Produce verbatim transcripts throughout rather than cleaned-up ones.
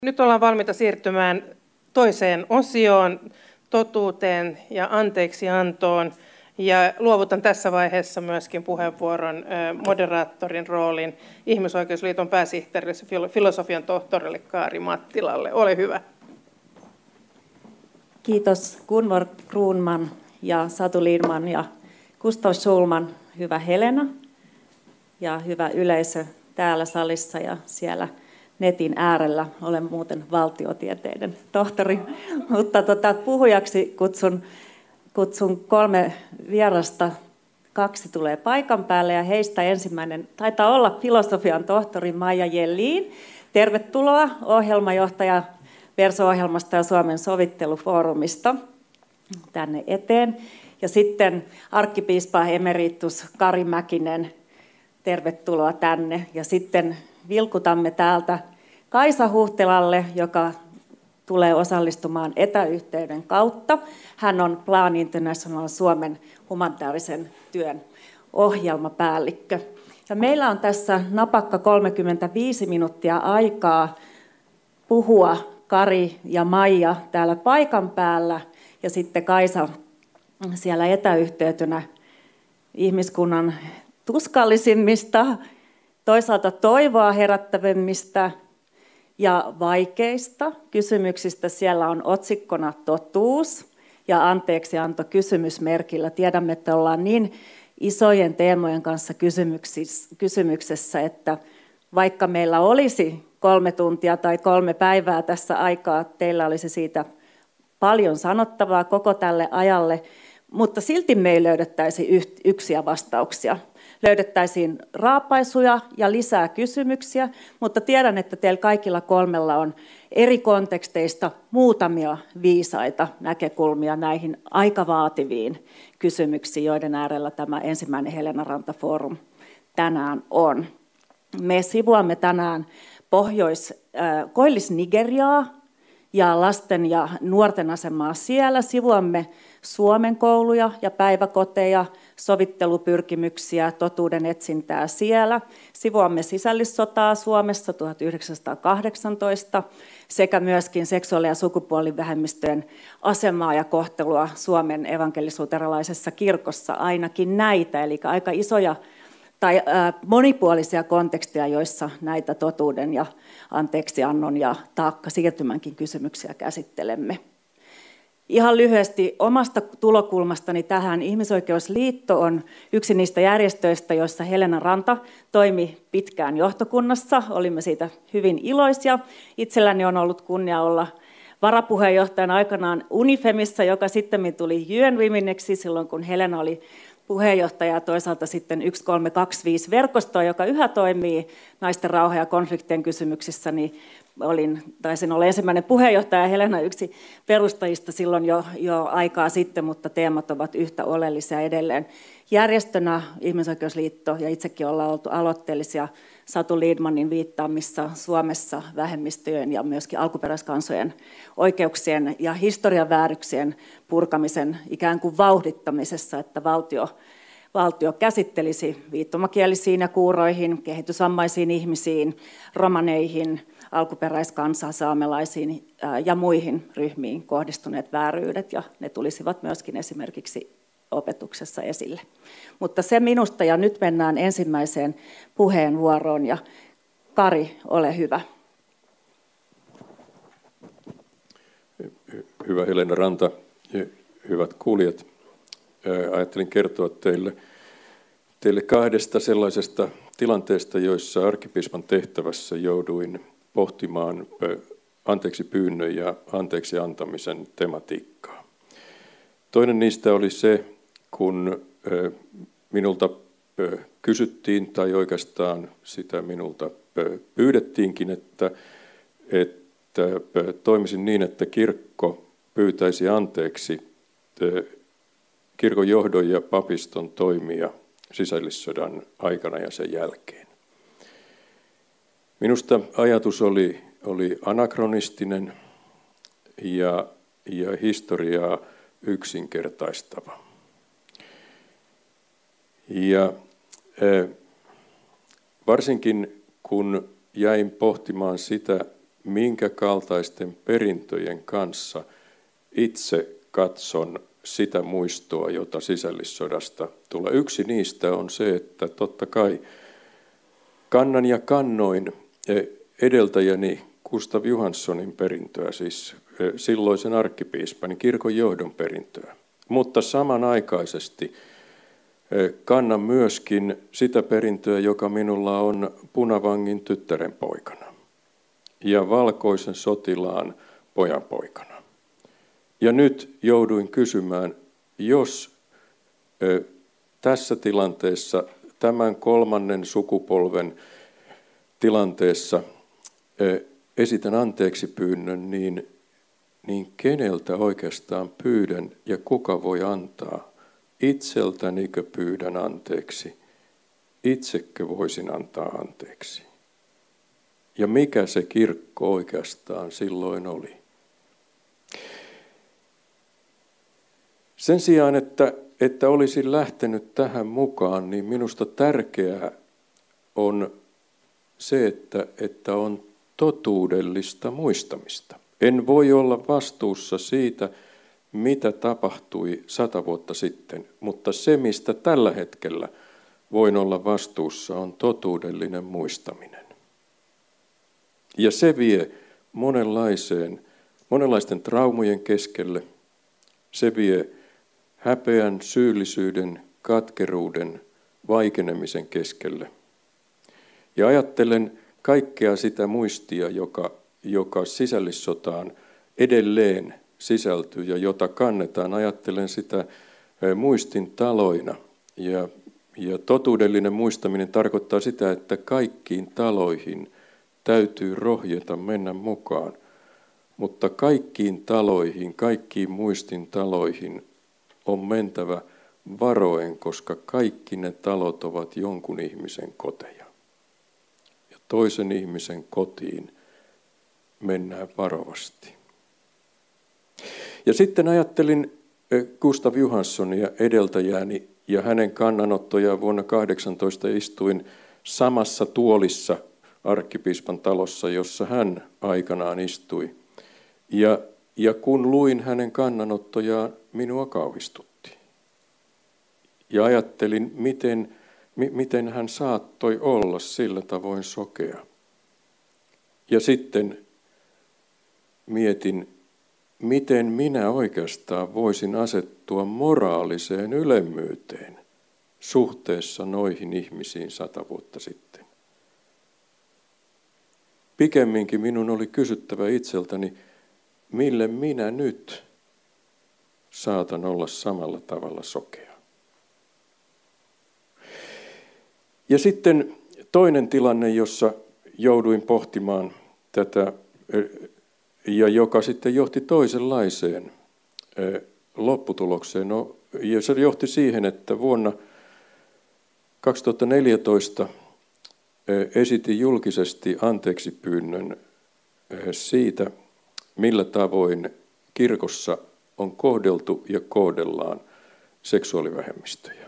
Nyt ollaan valmiita siirtymään toiseen osioon, totuuteen ja anteeksiantoon. Ja luovutan tässä vaiheessa myöskin puheenvuoron moderaattorin roolin Ihmisoikeusliiton pääsihteerille, filosofian tohtorille Kaari Mattilalle. Ole hyvä. Kiitos Gunvor Kruunman ja Satu Lidman ja Gustav Schulman. Hyvä Helena ja hyvä yleisö täällä salissa ja siellä netin äärellä. Olen muuten valtiotieteiden tohtori, mutta tota, puhujaksi kutsun, kutsun kolme vierasta. Kaksi tulee paikan päälle ja heistä ensimmäinen taitaa olla filosofian tohtori Maija Jelliin. Tervetuloa, ohjelmajohtaja Verso-ohjelmasta ja Suomen sovittelufoorumista tänne eteen. Ja sitten arkkipiispa emeritus Kari Mäkinen, tervetuloa tänne. Ja sitten vilkutamme täältä Kaisa Huhtelalle, joka tulee osallistumaan etäyhteyden kautta. Hän on Plan International Suomen humanitaarisen työn ohjelmapäällikkö. Ja meillä on tässä napakka kolmekymmentäviisi minuuttia aikaa puhua Kari ja Maija täällä paikan päällä ja sitten Kaisa siellä etäyhteytynä ihmiskunnan tuskallisimmista, toisaalta toivoa herättävimmistä ja vaikeista kysymyksistä. Siellä on otsikkona totuus ja anteeksianto kysymysmerkillä. Tiedämme, että ollaan niin isojen teemojen kanssa kysymyksessä, että vaikka meillä olisi kolme tuntia tai kolme päivää tässä aikaa, teillä olisi siitä paljon sanottavaa koko tälle ajalle, mutta silti me ei löydettäisi yksiä vastauksia. Löydettäisiin raapaisuja ja lisää kysymyksiä, mutta tiedän, että teillä kaikilla kolmella on eri konteksteista muutamia viisaita näkökulmia näihin aika vaativiin kysymyksiin, joiden äärellä tämä ensimmäinen Helena Ranta Forum tänään on. Me sivuamme tänään Pohjois- äh, Koillis-Nigeriaa ja lasten ja nuorten asemaa siellä. Sivuamme Suomen kouluja ja päiväkoteja, sovittelupyrkimyksiä, totuuden etsintää siellä. Sivuamme sisällissotaa Suomessa tuhatyhdeksänsataakahdeksantoista sekä myöskin seksuaali- ja sukupuolivähemmistöjen asemaa ja kohtelua Suomen evankelis-luterilaisessa kirkossa. Ainakin näitä, eli aika isoja tai monipuolisia konteksteja, joissa näitä totuuden ja anteeksiannon ja taakka siirtymänkin kysymyksiä käsittelemme. Ihan lyhyesti omasta tulokulmastani tähän. Ihmisoikeusliitto on yksi niistä järjestöistä, joissa Helena Ranta toimi pitkään johtokunnassa. Olimme siitä hyvin iloisia. Itselläni on ollut kunnia olla varapuheenjohtajana aikanaan Unifemissa, joka sitten tuli U N Womeneksi silloin, kun Helena oli puheenjohtaja ja toisaalta sitten yksi kolme kaksi viisi verkostoa, joka yhä toimii naisten rauha- ja konfliktien kysymyksissä, niin olin, taisin olla ensimmäinen puheenjohtaja ja Helena yksi perustajista silloin jo, jo aikaa sitten, mutta teemat ovat yhtä oleellisia edelleen. Järjestönä Ihmisoikeusliitto ja itsekin ollaan oltu aloitteellisia Satu Lidmanin viittaamissa Suomessa vähemmistöjen ja myöskin alkuperäiskansojen oikeuksien ja historian vääryksien purkamisen ikään kuin vauhdittamisessa, että valtio, valtio käsittelisi viittomakielisiin ja kuuroihin, kehitysvammaisiin ihmisiin, romaneihin, alkuperäiskansaa, saamelaisiin ja muihin ryhmiin kohdistuneet vääryydet, ja ne tulisivat myöskin esimerkiksi opetuksessa esille. Mutta se minusta, ja nyt mennään ensimmäiseen puheenvuoroon, ja Kari, ole hyvä. Hyvä Helena Ranta, hyvät kuulijat. Ajattelin kertoa teille, teille kahdesta sellaisesta tilanteesta, joissa arkkipiispan tehtävässä jouduin pohtimaan anteeksi pyynnön ja anteeksi antamisen tematiikkaa. Toinen niistä oli se, kun minulta kysyttiin, tai oikeastaan sitä minulta pyydettiinkin, että, että toimisin niin, että kirkko pyytäisi anteeksi kirkon johdon ja papiston toimia sisällissodan aikana ja sen jälkeen. Minusta ajatus oli, oli anakronistinen ja, ja historiaa yksinkertaistava. Ja varsinkin kun jäin pohtimaan sitä, minkä kaltaisten perintöjen kanssa itse katson sitä muistoa, jota sisällissodasta tulee. Yksi niistä on se, että totta kai kannan ja kannoin edeltäjäni Gustav Johanssonin perintöä, siis silloisen arkkipiispan, kirkon johdon perintöä. Mutta samanaikaisesti kannan myöskin sitä perintöä, joka minulla on punavangin tyttären poikana ja valkoisen sotilaan pojan poikana. Ja nyt jouduin kysymään, jos ö, tässä tilanteessa, tämän kolmannen sukupolven tilanteessa ö, esitän anteeksi pyynnön, niin, niin keneltä oikeastaan pyydän ja kuka voi antaa? Itseltänikö pyydän anteeksi? Itsekö voisin antaa anteeksi? Ja mikä se kirkko oikeastaan silloin oli? Sen sijaan, että, että olisin lähtenyt tähän mukaan, niin minusta tärkeää on se, että, että on totuudellista muistamista. En voi olla vastuussa siitä, mitä tapahtui sata vuotta sitten, mutta se, mistä tällä hetkellä voin olla vastuussa, on totuudellinen muistaminen. Ja se vie monenlaiseen, monenlaisten traumojen keskelle, se vie häpeän, syyllisyyden, katkeruuden, vaikenemisen keskelle. Ja ajattelen kaikkea sitä muistia, joka, joka sisällissotaan edelleen sisältyy ja jota kannetaan. Ajattelen sitä muistin taloina. Ja, ja totuudellinen muistaminen tarkoittaa sitä, että kaikkiin taloihin täytyy rohjeta mennä mukaan. Mutta kaikkiin taloihin, kaikkiin muistin taloihin on mentävä varoen, koska kaikki ne talot ovat jonkun ihmisen koteja. Ja toisen ihmisen kotiin mennään varovasti. Ja sitten ajattelin Gustav Johanssonia edeltäjääni ja hänen kannanottojaan vuonna kahdeksantoista istuin samassa tuolissa arkkipiispan talossa, jossa hän aikanaan istui. Ja, ja kun luin hänen kannanottojaan, minua kauhistutti. Ja ajattelin, miten, mi, miten hän saattoi olla sillä tavoin sokea. Ja sitten mietin, miten minä oikeastaan voisin asettua moraaliseen ylemmyyteen suhteessa noihin ihmisiin sata vuotta sitten. Pikemminkin minun oli kysyttävä itseltäni, mille minä nyt saatan olla samalla tavalla sokea. Ja sitten toinen tilanne, jossa jouduin pohtimaan tätä, ja joka sitten johti toisenlaiseen lopputulokseen. No, ja se johti siihen, että vuonna kaksituhattaneljätoista esitin julkisesti anteeksipyynnön siitä, millä tavoin kirkossa on kohdeltu ja kohdellaan seksuaalivähemmistöjä.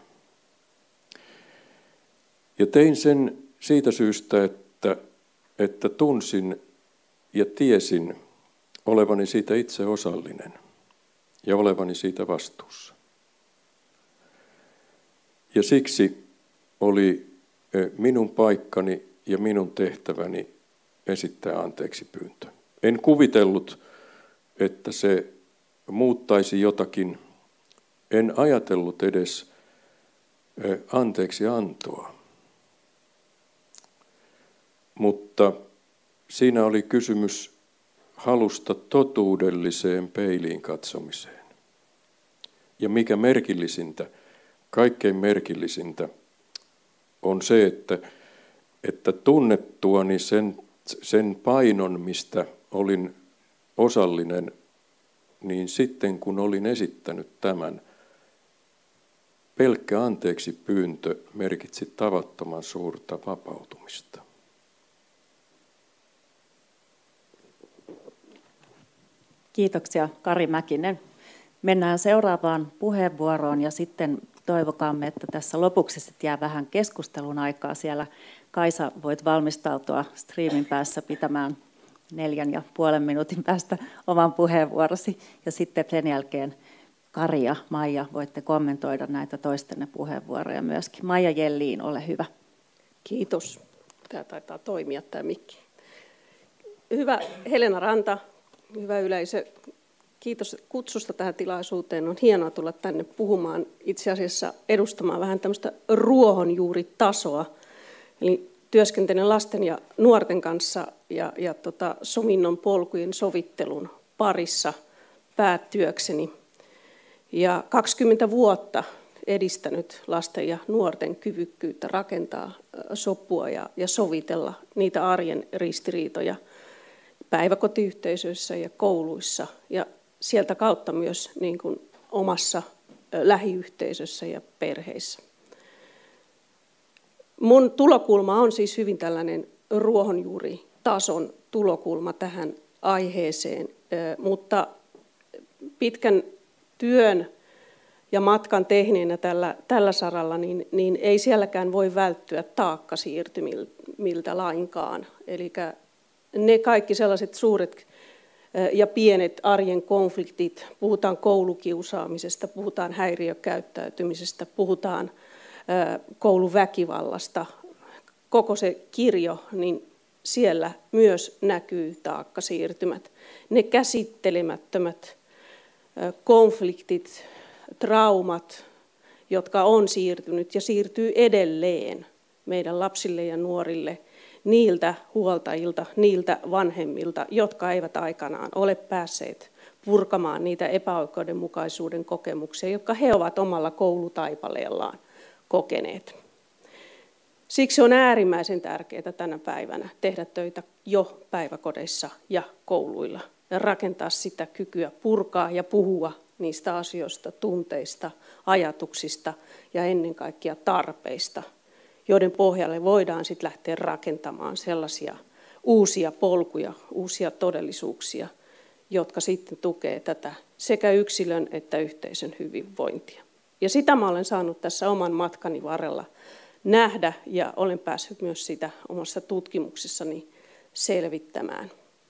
Ja tein sen siitä syystä, että, että tunsin ja tiesin olevani siitä itse osallinen ja olevani siitä vastuussa. Ja siksi oli minun paikkani ja minun tehtäväni esittää anteeksi pyyntö. En kuvitellut, että se muuttaisi jotakin. En ajatellut edes anteeksi antoa. Mutta siinä oli kysymys halusta totuudelliseen peiliin katsomiseen. Ja mikä merkillisintä, kaikkein merkillisintä on se, että, että tunnettuani sen, sen painon, mistä olin osallinen, niin sitten kun olin esittänyt tämän, pelkkä anteeksi pyyntö merkitsi tavattoman suurta vapautumista. Kiitoksia Kari Mäkinen. Mennään seuraavaan puheenvuoroon ja sitten toivokaamme, että tässä lopuksi sitten jää vähän keskustelun aikaa siellä. Kaisa, voit valmistautua striimin päässä pitämään neljän ja puolen minuutin päästä oman puheenvuorosi. Ja sitten sen jälkeen Kari ja Maija, voitte kommentoida näitä toistenne puheenvuoroja myöskin. Maija Jelliin, ole hyvä. Kiitos. Tämä taitaa toimia tämä mikki. Hyvä Helena Ranta, hyvä yleisö. Kiitos kutsusta tähän tilaisuuteen. On hienoa tulla tänne puhumaan, itse asiassa edustamaan vähän tämmöistä ruohonjuuritasoa. Eli työskentelen lasten ja nuorten kanssa ja, ja tota, sovinnon polkujen sovittelun parissa päätyökseni. Ja kaksikymmentä vuotta edistänyt lasten ja nuorten kyvykkyyttä rakentaa sopua ja, ja sovitella niitä arjen ristiriitoja päiväkotiyhteisöissä ja kouluissa ja sieltä kautta myös niin kuin omassa lähiyhteisössä ja perheissä. Mun tulokulma on siis hyvin tällainen ruohonjuuritason tulokulma tähän aiheeseen, mutta pitkän työn ja matkan tehneenä tällä, tällä saralla, niin, niin ei sielläkään voi välttyä taakkasiirtymiltä lainkaan. Eli ne kaikki sellaiset suuret ja pienet arjen konfliktit, puhutaan koulukiusaamisesta, puhutaan häiriökäyttäytymisestä, puhutaan kouluväkivallasta, koko se kirjo, niin siellä myös näkyy taakkasiirtymät. Ne käsittelemättömät konfliktit, traumat, jotka on siirtynyt ja siirtyy edelleen meidän lapsille ja nuorille, niiltä huoltajilta, niiltä vanhemmilta, jotka eivät aikanaan ole päässeet purkamaan niitä epäoikeudenmukaisuuden kokemuksia, jotka he ovat omalla koulutaipaleellaan kokeneet. Siksi on äärimmäisen tärkeää tänä päivänä tehdä töitä jo päiväkodeissa ja kouluilla ja rakentaa sitä kykyä purkaa ja puhua niistä asioista, tunteista, ajatuksista ja ennen kaikkea tarpeista, joiden pohjalle voidaan sitten lähteä rakentamaan sellaisia uusia polkuja, uusia todellisuuksia, jotka sitten tukee tätä sekä yksilön että yhteisön hyvinvointia. Ja sitä mä olen saanut tässä oman matkani varrella nähdä ja olen päässyt myös sitä omassa tutkimuksessani selvittämään.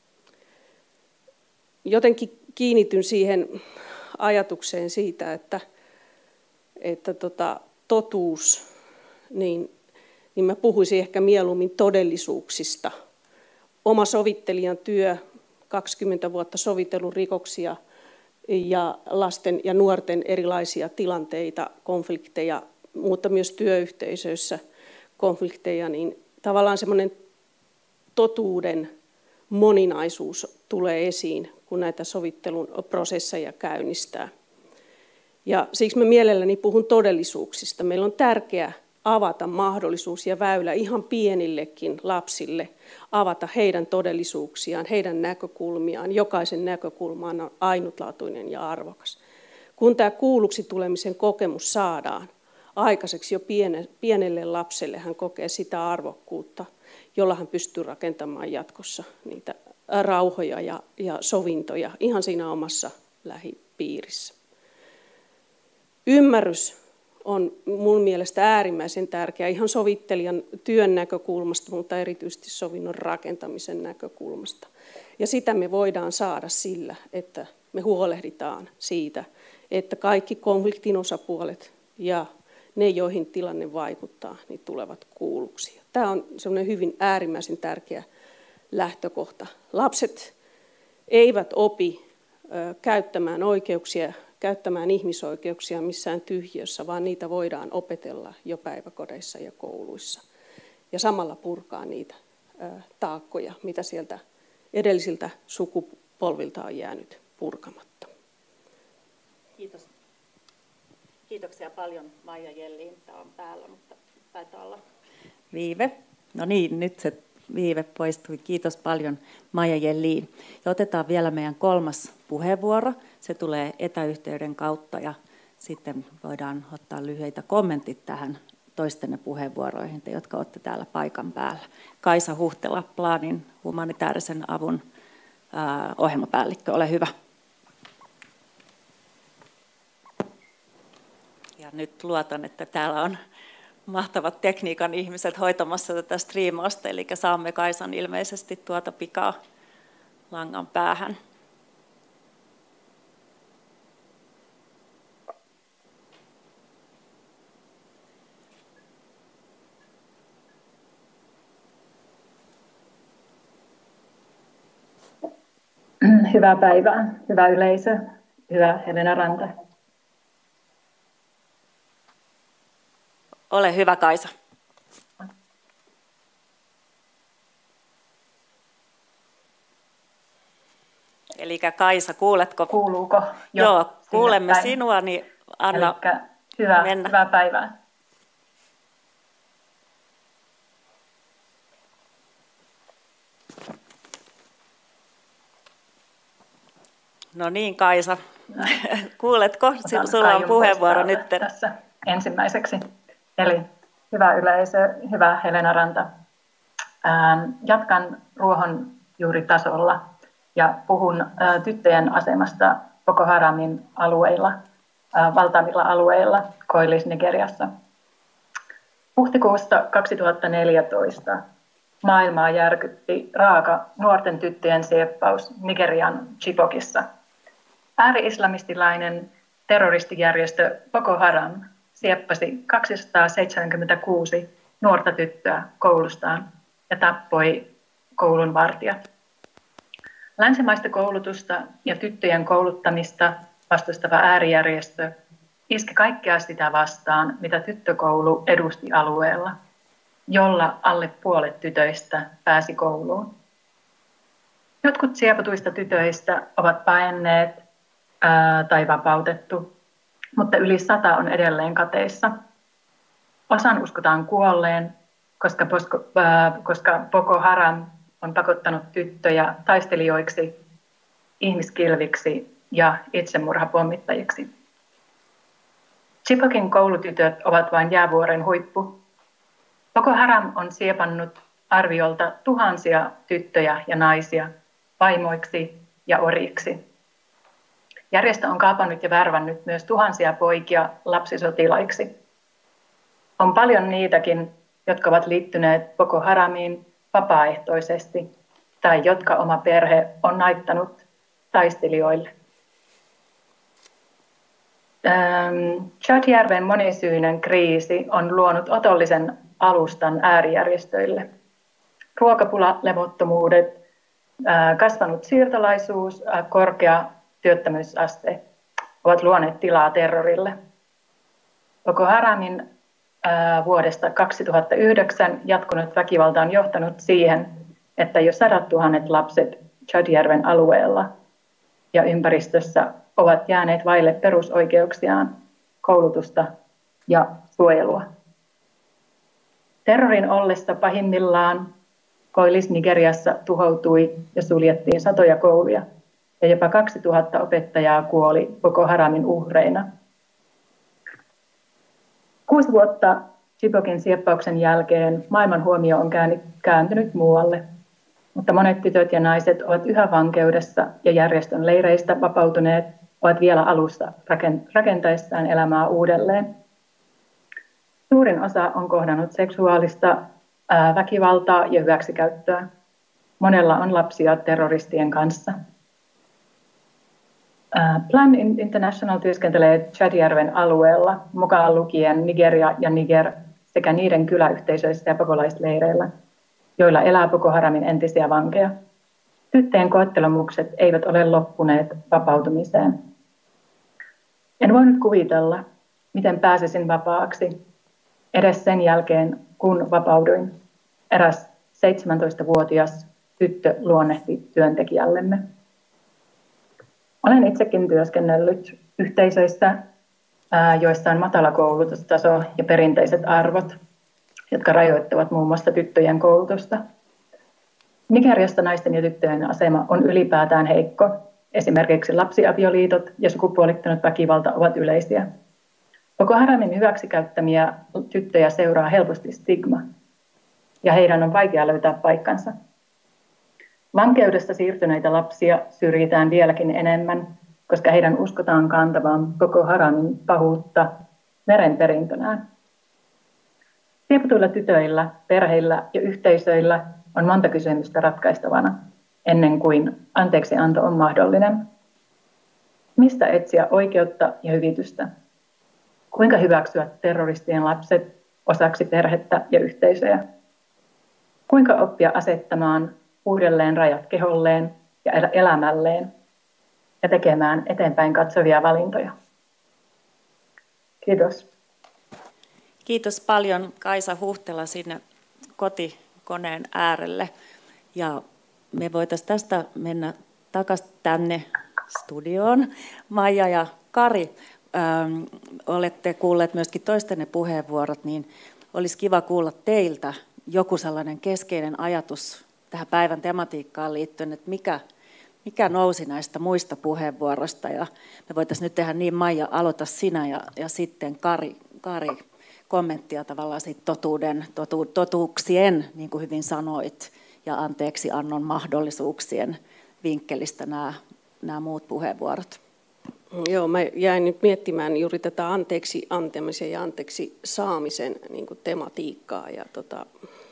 Jotenkin kiinnityn siihen ajatukseen siitä, että, että tota, totuus, niin, niin mä puhuisin ehkä mieluummin todellisuuksista. Oma sovittelijan työ, kaksikymmentä vuotta sovitellut rikoksia ja lasten ja nuorten erilaisia tilanteita, konflikteja, mutta myös työyhteisöissä konflikteja, niin tavallaan semmoinen totuuden moninaisuus tulee esiin, kun näitä sovittelun prosesseja käynnistää. Ja siksi mä mielelläni puhun todellisuuksista. Meillä on tärkeää avata mahdollisuus ja väylä ihan pienillekin lapsille, avata heidän todellisuuksiaan, heidän näkökulmiaan. Jokaisen näkökulma on ainutlaatuinen ja arvokas. Kun tämä kuulluksi tulemisen kokemus saadaan aikaiseksi jo pienelle lapselle, hän kokee sitä arvokkuutta, jolla hän pystyy rakentamaan jatkossa niitä rauhoja ja, ja sovintoja ihan siinä omassa lähipiirissä. Ymmärrys on mun mielestä äärimmäisen tärkeä ihan sovittelijan työn näkökulmasta, mutta erityisesti sovinnon rakentamisen näkökulmasta. Ja sitä me voidaan saada sillä, että me huolehditaan siitä, että kaikki konfliktin osapuolet ja ne, joihin tilanne vaikuttaa, niin tulevat kuulluksi. Tämä on semmoinen hyvin äärimmäisen tärkeä lähtökohta. Lapset eivät opi ö, käyttämään oikeuksia, käyttämään ihmisoikeuksia missään tyhjössä, vaan niitä voidaan opetella jo päiväkodeissa ja kouluissa. Ja samalla purkaa niitä ö, taakkoja, mitä sieltä edellisiltä sukupolvilta on jäänyt purkamatta. Kiitos. Kiitoksia paljon Maija Jelliin. Tämä on päällä, mutta taitaa olla viive. No niin, nyt se viive poistui. Kiitos paljon Maija Jelliin. Ja otetaan vielä meidän kolmas puheenvuoro. Se tulee etäyhteyden kautta ja sitten voidaan ottaa lyhyitä kommentit tähän toistenne puheenvuoroihin, te, jotka olette täällä paikan päällä. Kaisa Huhtela, Planin humanitaarisen avun ää, ohjelmapäällikkö, ole hyvä. Ja nyt luotan, että täällä on mahtavat tekniikan ihmiset hoitamassa tätä striimausta, eli saamme Kaisan ilmeisesti tuota pikaa langan päähän. Hyvää päivää, hyvä yleisö, hyvä Helena Ranta. Ole hyvä, Kaisa. Eli Kaisa, kuuletko? Kuuluuko? Jo, Joo, kuulemme päin. Sinua, niin anna Elikkä hyvää, mennä. Hyvää päivää. No niin, Kaisa. Kuuletko? Otan Sulla on puheenvuoro nyt. Tässä ensimmäiseksi. Eli hyvä yleisö, hyvä Helena Ranta. Ähm, jatkan ruohonjuuritasolla ja puhun äh, tyttöjen asemasta Boko Haramin alueilla, äh, valtaamilla alueilla Koillis-Nigeriassa. Huhtikuussa kaksituhattaneljätoista maailmaa järkytti raaka nuorten tyttöjen sieppaus Nigerian Chibokissa. Ääri-islamistilainen terroristijärjestö Boko Haram sieppasi kaksisataaseitsemänkymmentäkuusi nuorta tyttöä koulustaan ja tappoi koulun vartijat. Länsimaista koulutusta ja tyttöjen kouluttamista vastustava äärijärjestö iski kaikkea sitä vastaan, mitä tyttökoulu edusti alueella, jolla alle puolet tytöistä pääsi kouluun. Jotkut siepatuista tytöistä ovat paenneet ää, tai vapautettu, mutta yli sata on edelleen kateissa. Osan uskotaan kuolleen, koska, posko, ää, koska Boko Haram on pakottanut tyttöjä taistelijoiksi, ihmiskilviksi ja itsemurhapommittajiksi. Chibokin koulutytöt ovat vain jäävuoren huippu. Boko Haram on siepannut arviolta tuhansia tyttöjä ja naisia vaimoiksi ja orjiksi. Järjestö on kaapannut ja värvännyt myös tuhansia poikia lapsisotilaiksi. On paljon niitäkin, jotka ovat liittyneet Boko Haramiin vapaaehtoisesti tai jotka oma perhe on naittanut taistelijoille. Chadjärven monisyinen kriisi on luonut otollisen alustan äärijärjestöille. Ruokapula, levottomuudet, kasvanut siirtolaisuus, korkea työttömyysaste ovat luoneet tilaa terrorille. Boko Haramin vuodesta kaksituhattayhdeksän jatkunut väkivalta on johtanut siihen, että jo sadat tuhannet lapset Chadjärven alueella ja ympäristössä ovat jääneet vaille perusoikeuksiaan, koulutusta ja suojelua. Terrorin ollessa pahimmillaan Koillis-Nigeriassa tuhoutui ja suljettiin satoja kouluja ja jopa kaksituhatta opettajaa kuoli Boko Haramin uhreina. Kuusi vuotta Chibokin sieppauksen jälkeen maailman huomio on kääntynyt muualle, mutta monet tytöt ja naiset ovat yhä vankeudessa ja järjestön leireistä vapautuneet ovat vielä alussa rakentaessaan elämää uudelleen. Suurin osa on kohdannut seksuaalista ää, väkivaltaa ja hyväksikäyttöä. Monella on lapsia terroristien kanssa. Plan International työskentelee Chadjärven alueella, mukaan lukien Nigeria ja Niger sekä niiden kyläyhteisöissä ja pakolaisleireillä, joilla elää Boko Haramin entisiä vankeja. Tyttöjen koettelemukset eivät ole loppuneet vapautumiseen. En voinut kuvitella, miten pääsisin vapaaksi edes sen jälkeen, kun vapauduin. Eräs seitsemäntoistavuotias tyttö luonnehti työntekijällemme. Olen itsekin työskennellyt yhteisöissä, joissa on matala koulutustaso ja perinteiset arvot, jotka rajoittavat muun muassa tyttöjen koulutusta. Nigeriassa naisten ja tyttöjen asema on ylipäätään heikko. Esimerkiksi lapsiavioliitot ja sukupuolittunut väkivalta ovat yleisiä. Boko Haramin hyväksikäyttämiä tyttöjä seuraa helposti stigma, ja heidän on vaikea löytää paikkansa. Vankeudesta siirtyneitä lapsia syrjitään vieläkin enemmän, koska heidän uskotaan kantavan Boko Haramin pahuutta verenperintönään. Siepatuilla tytöillä, perheillä ja yhteisöillä on monta kysymystä ratkaistavana. ennen kuin anteeksianto on mahdollinen? Mistä etsiä oikeutta ja hyvitystä? Kuinka hyväksyä terroristien lapset osaksi perhettä ja yhteisöjä? Kuinka oppia asettamaan uudelleen rajat keholleen ja elämälleen ja tekemään eteenpäin katsovia valintoja? Kiitos. Kiitos paljon Kaisa Huhtela sinne kotikoneen äärelle. Ja me voitaisiin tästä mennä takaisin tänne studioon. Maija ja Kari, ähm, olette kuulleet myöskin toistenne puheenvuorot, niin olisi kiva kuulla teiltä joku sellainen keskeinen ajatus tähän päivän tematiikkaan liittyen, että mikä, mikä nousi näistä muista puheenvuoroista. Ja me voitaisiin nyt tehdä niin, Maija, aloita sinä ja, ja sitten Kari, Kari kommenttia tavallaan siitä totuuden, totu, totuuksien, niin kuin hyvin sanoit, ja anteeksi annon mahdollisuuksien vinkkelistä nämä, nämä muut puheenvuorot. Joo, mä jäin nyt miettimään juuri tätä anteeksi antamisen ja anteeksi saamisen niin kuin tematiikkaa. Ja tota,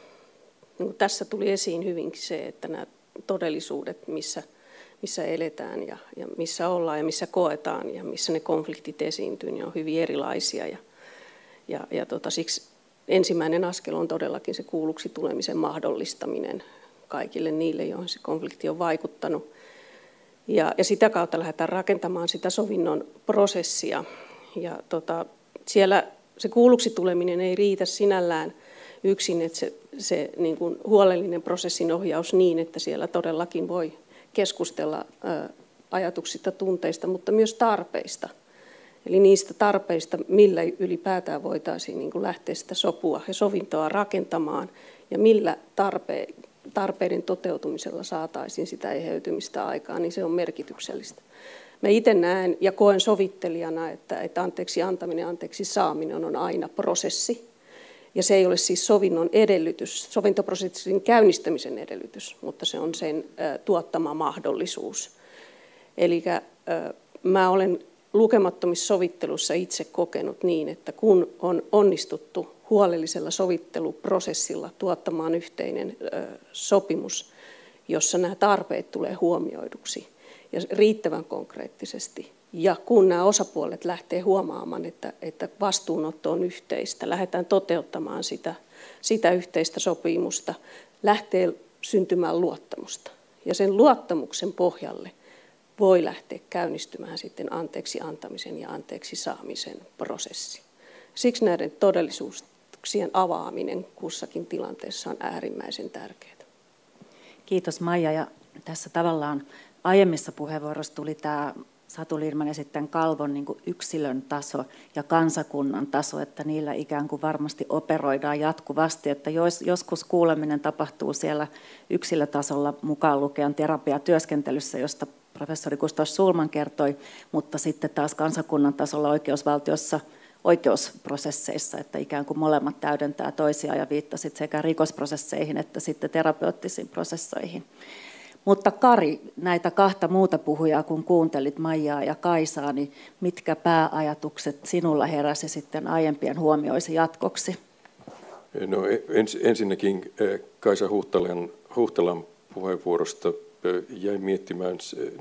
niin kuin tässä tuli esiin hyvinkin se, että nämä todellisuudet, missä, missä eletään ja, ja missä ollaan ja missä koetaan ja missä ne konfliktit esiintyy, niin on hyvin erilaisia. Ja, ja, ja tota, siksi ensimmäinen askel on todellakin se kuulluksi tulemisen mahdollistaminen kaikille niille, joihin se konflikti on vaikuttanut. Ja, ja sitä kautta lähdetään rakentamaan sitä sovinnon prosessia. Ja tota, siellä se kuulluksi tuleminen ei riitä sinällään yksin, että se, se niin kuin huolellinen prosessin ohjaus niin, että siellä todellakin voi keskustella ä, ajatuksista, tunteista, mutta myös tarpeista. Eli niistä tarpeista, millä ylipäätään voitaisiin niin kuin lähteä sitä sopua ja sovintoa rakentamaan ja millä tarpe, tarpeiden toteutumisella saataisiin sitä eheytymistä aikaan, niin se on merkityksellistä. Mä itse näen ja koen sovittelijana, että, että anteeksi antaminen ja anteeksi saaminen on aina prosessi. Ja se ei ole siis sovinnon edellytys, sovintoprosessin käynnistämisen edellytys, mutta se on sen ä, tuottama mahdollisuus. Eli ä, mä olen lukemattomissa sovittelussa itse kokenut niin, että kun on onnistuttu huolellisella sovitteluprosessilla tuottamaan yhteinen ä, sopimus, jossa nämä tarpeet tulee huomioiduksi ja riittävän konkreettisesti, ja kun nämä osapuolet lähtee huomaamaan, että, että vastuunotto on yhteistä, lähdetään toteuttamaan sitä, sitä yhteistä sopimusta, lähtee syntymään luottamusta. Ja sen luottamuksen pohjalle voi lähteä käynnistymään sitten anteeksi antamisen ja anteeksi saamisen prosessi. Siksi näiden todellisuuksien avaaminen kussakin tilanteessa on äärimmäisen tärkeää. Kiitos Maija. Ja tässä tavallaan aiemmissa puheenvuoroissa tuli tämä Satu Liedman ja sitten Kalvon niin kuin yksilön taso ja kansakunnan taso, että niillä ikään kuin varmasti operoidaan jatkuvasti, että jos, joskus kuuleminen tapahtuu siellä yksilötasolla mukaan lukien terapiatyöskentelyssä, josta professori Gustav Schulman kertoi, mutta sitten taas kansakunnan tasolla oikeusvaltiossa oikeusprosesseissa, että ikään kuin molemmat täydentää toisiaan ja viittasit sekä rikosprosesseihin että sitten terapeuttisiin prosessoihin. Mutta Kari, näitä kahta muuta puhujaa, kun kuuntelit Maijaa ja Kaisaa, niin mitkä pääajatukset sinulla heräsi sitten aiempien huomioisi jatkoksi? No, ens, ensinnäkin Kaisa Huhtelan, Huhtelan puheenvuorosta jäin miettimään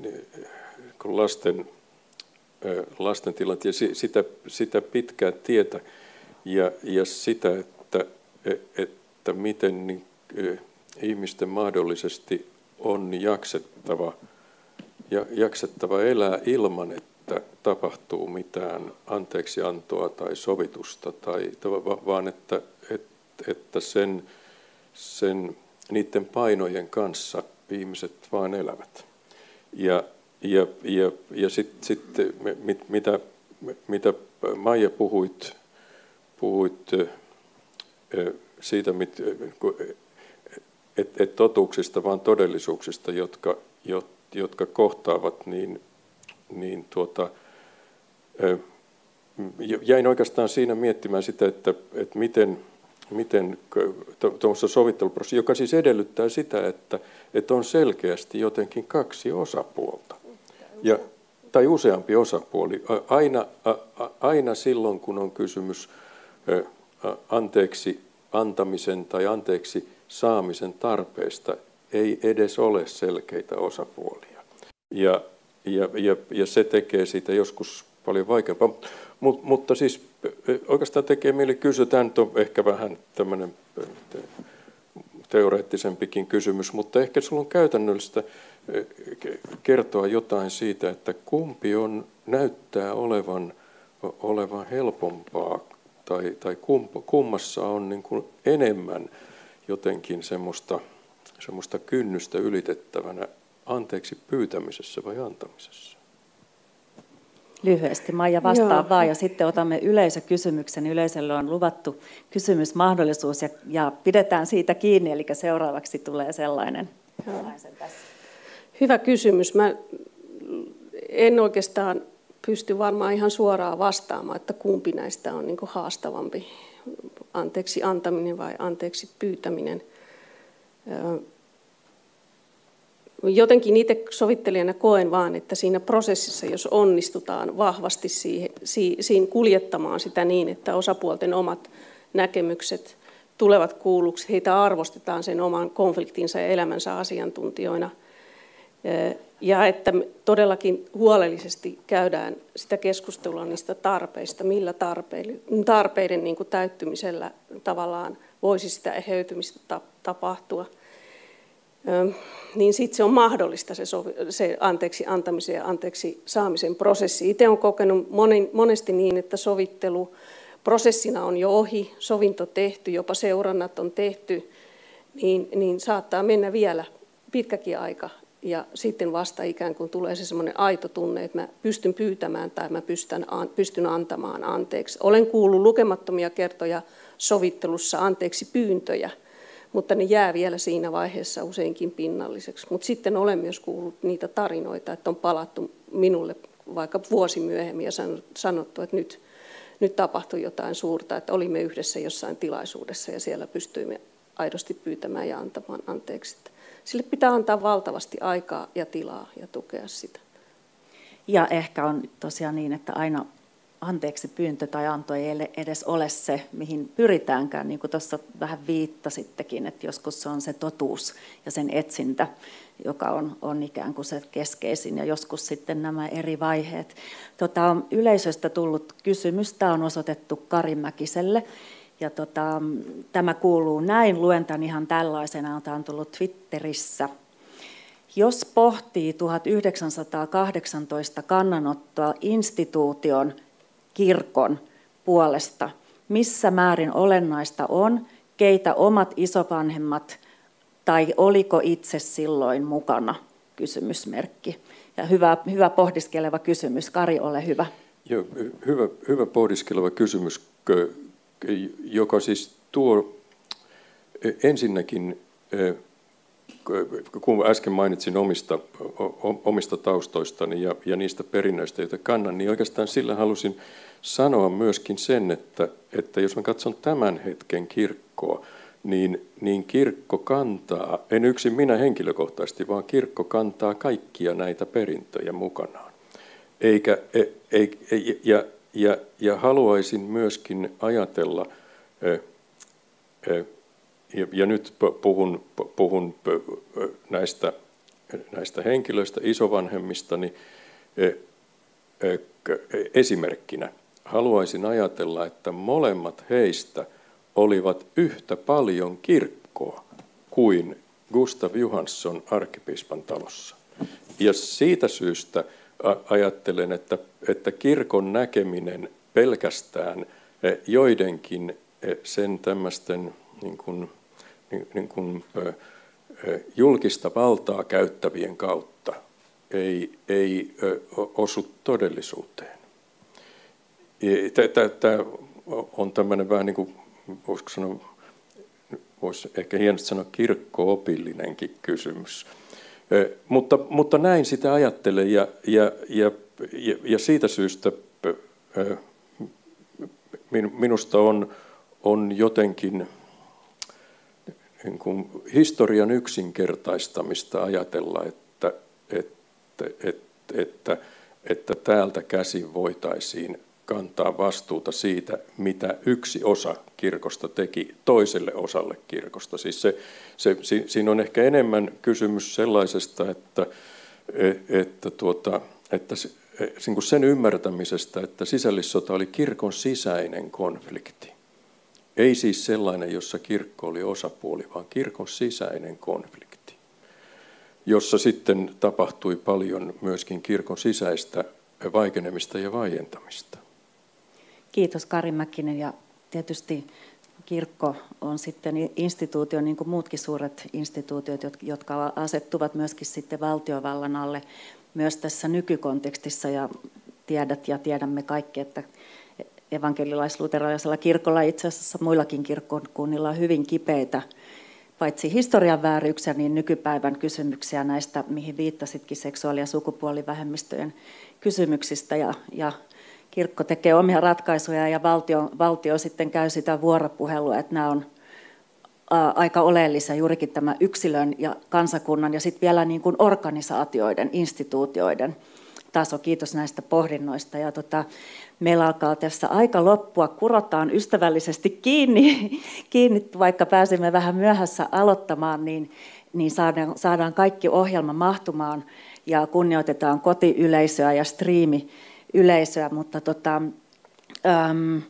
kun lasten, lasten tilat ja sitä, sitä pitkää tietä ja, ja sitä, että, että miten niin, ihmisten mahdollisesti on jaksettava, ja jaksettava elää ilman, että tapahtuu mitään anteeksiantoa tai sovitusta, tai, vaan että, että sen, sen, niiden painojen kanssa ihmiset vaan elävät. Ja, ja, ja, ja sitten sit, mit, mitä, mitä Maija puhuit, puhuit siitä, mit, että et totuuksista, vaan todellisuuksista, jotka, jotka kohtaavat, niin, niin tuota, jäin oikeastaan siinä miettimään sitä, että, että miten, miten tuossa sovitteluprosessi, joka siis edellyttää sitä, että, että on selkeästi jotenkin kaksi osapuolta, ja, tai useampi osapuoli, aina, aina silloin, kun on kysymys anteeksi antamisen tai anteeksi saamisen tarpeesta, ei edes ole selkeitä osapuolia. Ja, ja, ja, ja se tekee siitä joskus paljon vaikeampaa. Mut, mutta siis oikeastaan tekee mieli kysyä, tämä nyt on ehkä vähän tämmöinen teoreettisempikin kysymys, mutta ehkä sinulla on käytännöllistä kertoa jotain siitä, että kumpi on, näyttää olevan, olevan helpompaa tai, tai kummassa on niin kuin enemmän jotenkin semmoista, semmoista kynnystä ylitettävänä anteeksi pyytämisessä vai antamisessa? Lyhyesti Maija vastaa vaan ja sitten otamme yleisökysymyksen. Yleisölle on luvattu kysymysmahdollisuus ja, ja pidetään siitä kiinni, eli seuraavaksi tulee sellainen. Hyvä kysymys. Mä en oikeastaan pysty varmaan ihan suoraan vastaamaan, että kumpi näistä on niin kuin haastavampi, anteeksi antaminen vai anteeksi pyytäminen. Jotenkin itse sovittelijana koen vaan, että siinä prosessissa, jos onnistutaan vahvasti siihen, siihen kuljettamaan sitä niin, että osapuolten omat näkemykset tulevat kuulluksi, heitä arvostetaan sen oman konfliktinsa ja elämänsä asiantuntijoina, ja että todellakin huolellisesti käydään sitä keskustelua niistä tarpeista, millä tarpeiden, tarpeiden niin kuin täyttymisellä tavallaan voisi sitä eheytymistä tapahtua, niin sitten se on mahdollista se, sovi, se anteeksi antamisen ja anteeksi saamisen prosessi. Itse olen kokenut monen, monesti niin, että sovittelu prosessina on jo ohi, sovinto tehty, jopa seurannat on tehty, niin, niin saattaa mennä vielä pitkäkin aika. Ja sitten vasta ikään kuin tulee se semmoinen aito tunne, että mä pystyn pyytämään tai mä pystyn, pystyn antamaan anteeksi. Olen kuullut lukemattomia kertoja sovittelussa anteeksi pyyntöjä, mutta ne jää vielä siinä vaiheessa useinkin pinnalliseksi. Mutta sitten olen myös kuullut niitä tarinoita, että on palattu minulle vaikka vuosi myöhemmin ja sanottu, että nyt, nyt tapahtui jotain suurta, että olimme yhdessä jossain tilaisuudessa ja siellä pystyimme aidosti pyytämään ja antamaan anteeksi. Sille pitää antaa valtavasti aikaa ja tilaa ja tukea sitä. Ja ehkä on tosiaan niin, että aina anteeksi pyyntö tai anto ei edes ole se, mihin pyritäänkään, niin kuin tuossa vähän viittasittekin, että joskus se on se totuus ja sen etsintä, joka on, on ikään kuin se keskeisin, ja joskus sitten nämä eri vaiheet. Tota, yleisöstä tullut kysymys, tämä on osoitettu Kari Mäkiselle, ja tota, tämä kuuluu näin, luen tämän ihan tällaisena, tämä on tullut Twitterissä. Jos pohtii tuhatyhdeksänsataakahdeksantoista kannanottoa instituution, kirkon puolesta, missä määrin olennaista on, keitä omat isovanhemmat tai oliko itse silloin mukana, kysymysmerkki. Ja hyvä, hyvä pohdiskeleva kysymys. Kari, ole hyvä. Joo, hyvä, hyvä pohdiskeleva kysymys, joka siis tuo ensinnäkin, kun äsken mainitsin omista, omista taustoistani ja, ja niistä perinnöistä, joita kannan, niin oikeastaan sillä halusin sanoa myöskin sen, että, että jos mä katson tämän hetken kirkkoa, niin, niin kirkko kantaa, en yksin minä henkilökohtaisesti, vaan kirkko kantaa kaikkia näitä perintöjä mukanaan. Eikä, ei, ei, ja, ja, ja haluaisin myöskin ajatella, ja, ja nyt puhun, puhun näistä, näistä henkilöistä, isovanhemmistani esimerkkinä. Haluaisin ajatella, että molemmat heistä olivat yhtä paljon kirkkoa kuin Gustav Johansson arkkipiispan talossa. Ja siitä syystä ajattelen, että, että kirkon näkeminen pelkästään joidenkin sen tämmöisten niin kuin, niin kuin, julkista valtaa käyttävien kautta ei, ei osu todellisuuteen. Tämä on tämmöinen vähän niin kuin, voisiko sanoa, voisi ehkä hienosti sanoa kirkko-opillinenkin kysymys. Mutta, mutta näin sitä ajattelen ja, ja, ja, ja siitä syystä minusta on, on jotenkin niin kuin historian yksinkertaistamista ajatella, että, että, että, että, että täältä käsin voitaisiin kantaa vastuuta siitä, mitä yksi osa kirkosta teki toiselle osalle kirkosta. Siis se, se, siinä on ehkä enemmän kysymys sellaisesta, että, että, tuota, että sen ymmärtämisestä, että sisällissota oli kirkon sisäinen konflikti. Ei siis sellainen, jossa kirkko oli osapuoli, vaan kirkon sisäinen konflikti, jossa sitten tapahtui paljon myöskin kirkon sisäistä vaikenemista ja vaientamista. Kiitos Kari Mäkinen, ja tietysti kirkko on sitten instituutio, niin kuin muutkin suuret instituutiot, jotka asettuvat myöskin sitten valtiovallan alle myös tässä nykykontekstissa, ja tiedät ja tiedämme kaikki, että evankelilais-luterilaisella kirkolla, itse asiassa muillakin kirkkokunnilla on hyvin kipeitä, paitsi historian vääryyksiä, niin nykypäivän kysymyksiä näistä, mihin viittasitkin, seksuaali- ja sukupuolivähemmistöjen kysymyksistä, ja, ja kirkko tekee omia ratkaisuja, ja valtio, valtio sitten käy sitä vuoropuhelua, että nämä on ä, aika oleellisia, juurikin tämä yksilön ja kansakunnan, ja sitten vielä niin kuin organisaatioiden, instituutioiden taso. Kiitos näistä pohdinnoista. Ja tota, meillä alkaa tässä aika loppua, kurotaan ystävällisesti kiinni, kiinni vaikka pääsimme vähän myöhässä aloittamaan, niin, niin saadaan, saadaan kaikki ohjelma mahtumaan ja kunnioitetaan kotiyleisöä ja striimiyleisöä, mutta tota, äm,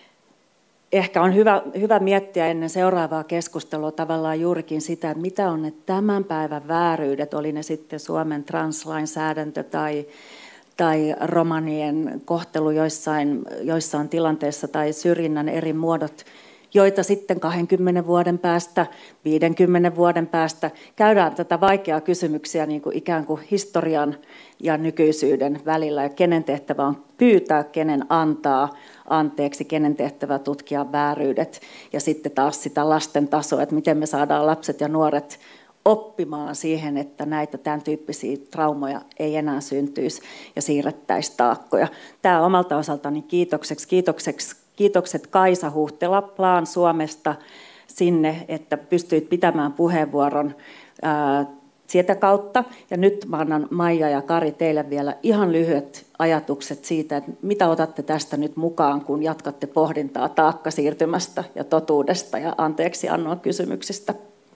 ehkä on hyvä, hyvä miettiä ennen seuraavaa keskustelua tavallaan juurikin sitä, että mitä on ne tämän päivän vääryydet, oli ne sitten Suomen translainsäädäntö tai, tai romanien kohtelu joissain, joissain tilanteissa tai syrjinnän eri muodot, joita sitten kahdenkymmenen vuoden päästä, viidenkymmenen vuoden päästä käydään tätä vaikeaa kysymyksiä niin kuin ikään kuin historian ja nykyisyyden välillä, ja kenen tehtävä on pyytää, kenen antaa anteeksi, kenen tehtävä tutkia vääryydet, ja sitten taas sitä lasten tasoa, että miten me saadaan lapset ja nuoret oppimaan siihen, että näitä tämän tyyppisiä traumoja ei enää syntyisi ja siirrettäisiin taakkoja. Tämä omalta osaltani kiitokseksi, kiitokseksi, kiitokset Kaisa Huhtela Plan Suomesta sinne, että pystyit pitämään puheenvuoron ää, sieltä kautta. Ja nyt mä annan Maija ja Kari teille vielä ihan lyhyet ajatukset siitä, että mitä otatte tästä nyt mukaan, kun jatkatte pohdintaa taakkasiirtymästä ja totuudesta ja anteeksiannon kysymyksistä.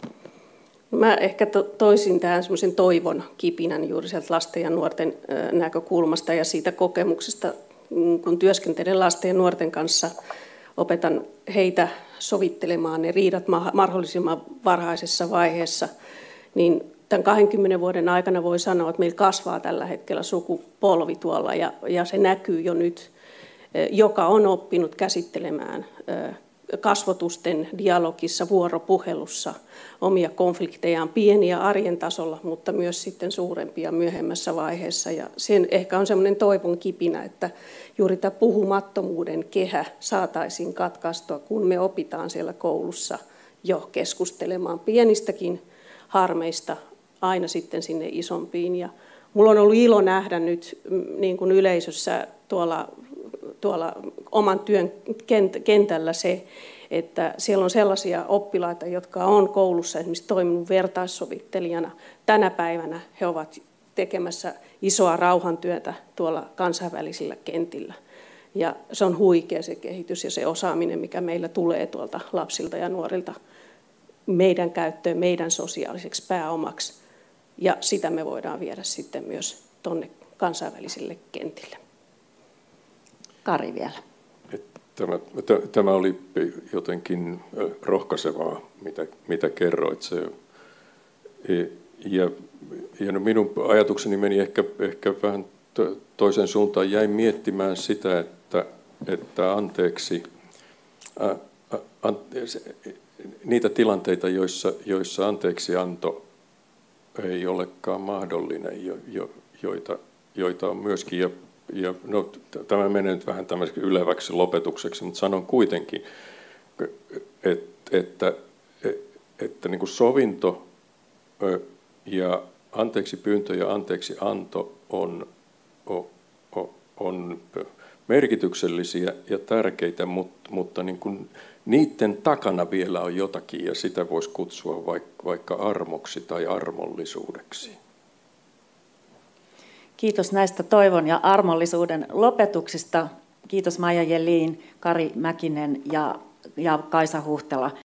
Mä ehkä toisin tähän semmoisen toivon kipinän juuri sieltä lasten ja nuorten näkökulmasta ja siitä kokemuksesta, kun työskentelen lasten ja nuorten kanssa, opetan heitä sovittelemaan ne riidat mahdollisimman varhaisessa vaiheessa, niin tämän kahdenkymmenen vuoden aikana voi sanoa, että meillä kasvaa tällä hetkellä sukupolvi tuolla, ja, ja se näkyy jo nyt, joka on oppinut käsittelemään kasvotusten dialogissa, vuoropuhelussa omia konfliktejaan, pieniä arjen tasolla, mutta myös sitten suurempia myöhemmässä vaiheessa. Ja sen ehkä on semmoinen toivon kipinä, että juuri tämä puhumattomuuden kehä saataisiin katkaistua, kun me opitaan siellä koulussa jo keskustelemaan pienistäkin harmeista aina sitten sinne isompiin. Ja mulla on ollut ilo nähdä nyt niin kuin yleisössä tuolla tuolla oman työn kentällä se, että siellä on sellaisia oppilaita, jotka on koulussa esimerkiksi toiminut vertaissovittelijana. Tänä päivänä he ovat tekemässä isoa rauhantyötä tuolla kansainvälisillä kentillä. Ja se on huikea se kehitys ja se osaaminen, mikä meillä tulee tuolta lapsilta ja nuorilta meidän käyttöön, meidän sosiaaliseksi pääomaksi. Ja sitä me voidaan viedä sitten myös tuonne kansainvälisille kentille. Kari vielä. Tämä, tämä oli jotenkin rohkaisevaa, mitä, mitä kerroit. Se, ja, ja no minun ajatukseni meni ehkä, ehkä vähän toisen suuntaan. Jäin miettimään sitä, että, että anteeksi, ä, an, niitä tilanteita, joissa, joissa anteeksianto ei olekaan mahdollinen, jo, jo, joita, joita on myöskin. Ja, Ja no, tämä menee nyt vähän tämmöiseksi yleväksi lopetukseksi, mutta sanon kuitenkin, että, että, että niin kuin sovinto ja anteeksi pyyntö ja anteeksi anto on, on, on merkityksellisiä ja tärkeitä, mutta, mutta niin kuin niiden takana vielä on jotakin, ja sitä voisi kutsua vaikka, vaikka armoksi tai armollisuudeksi. Kiitos näistä toivon ja armollisuuden lopetuksista. Kiitos Maija Jelin, Kari Mäkinen ja, ja Kaisa Huhtela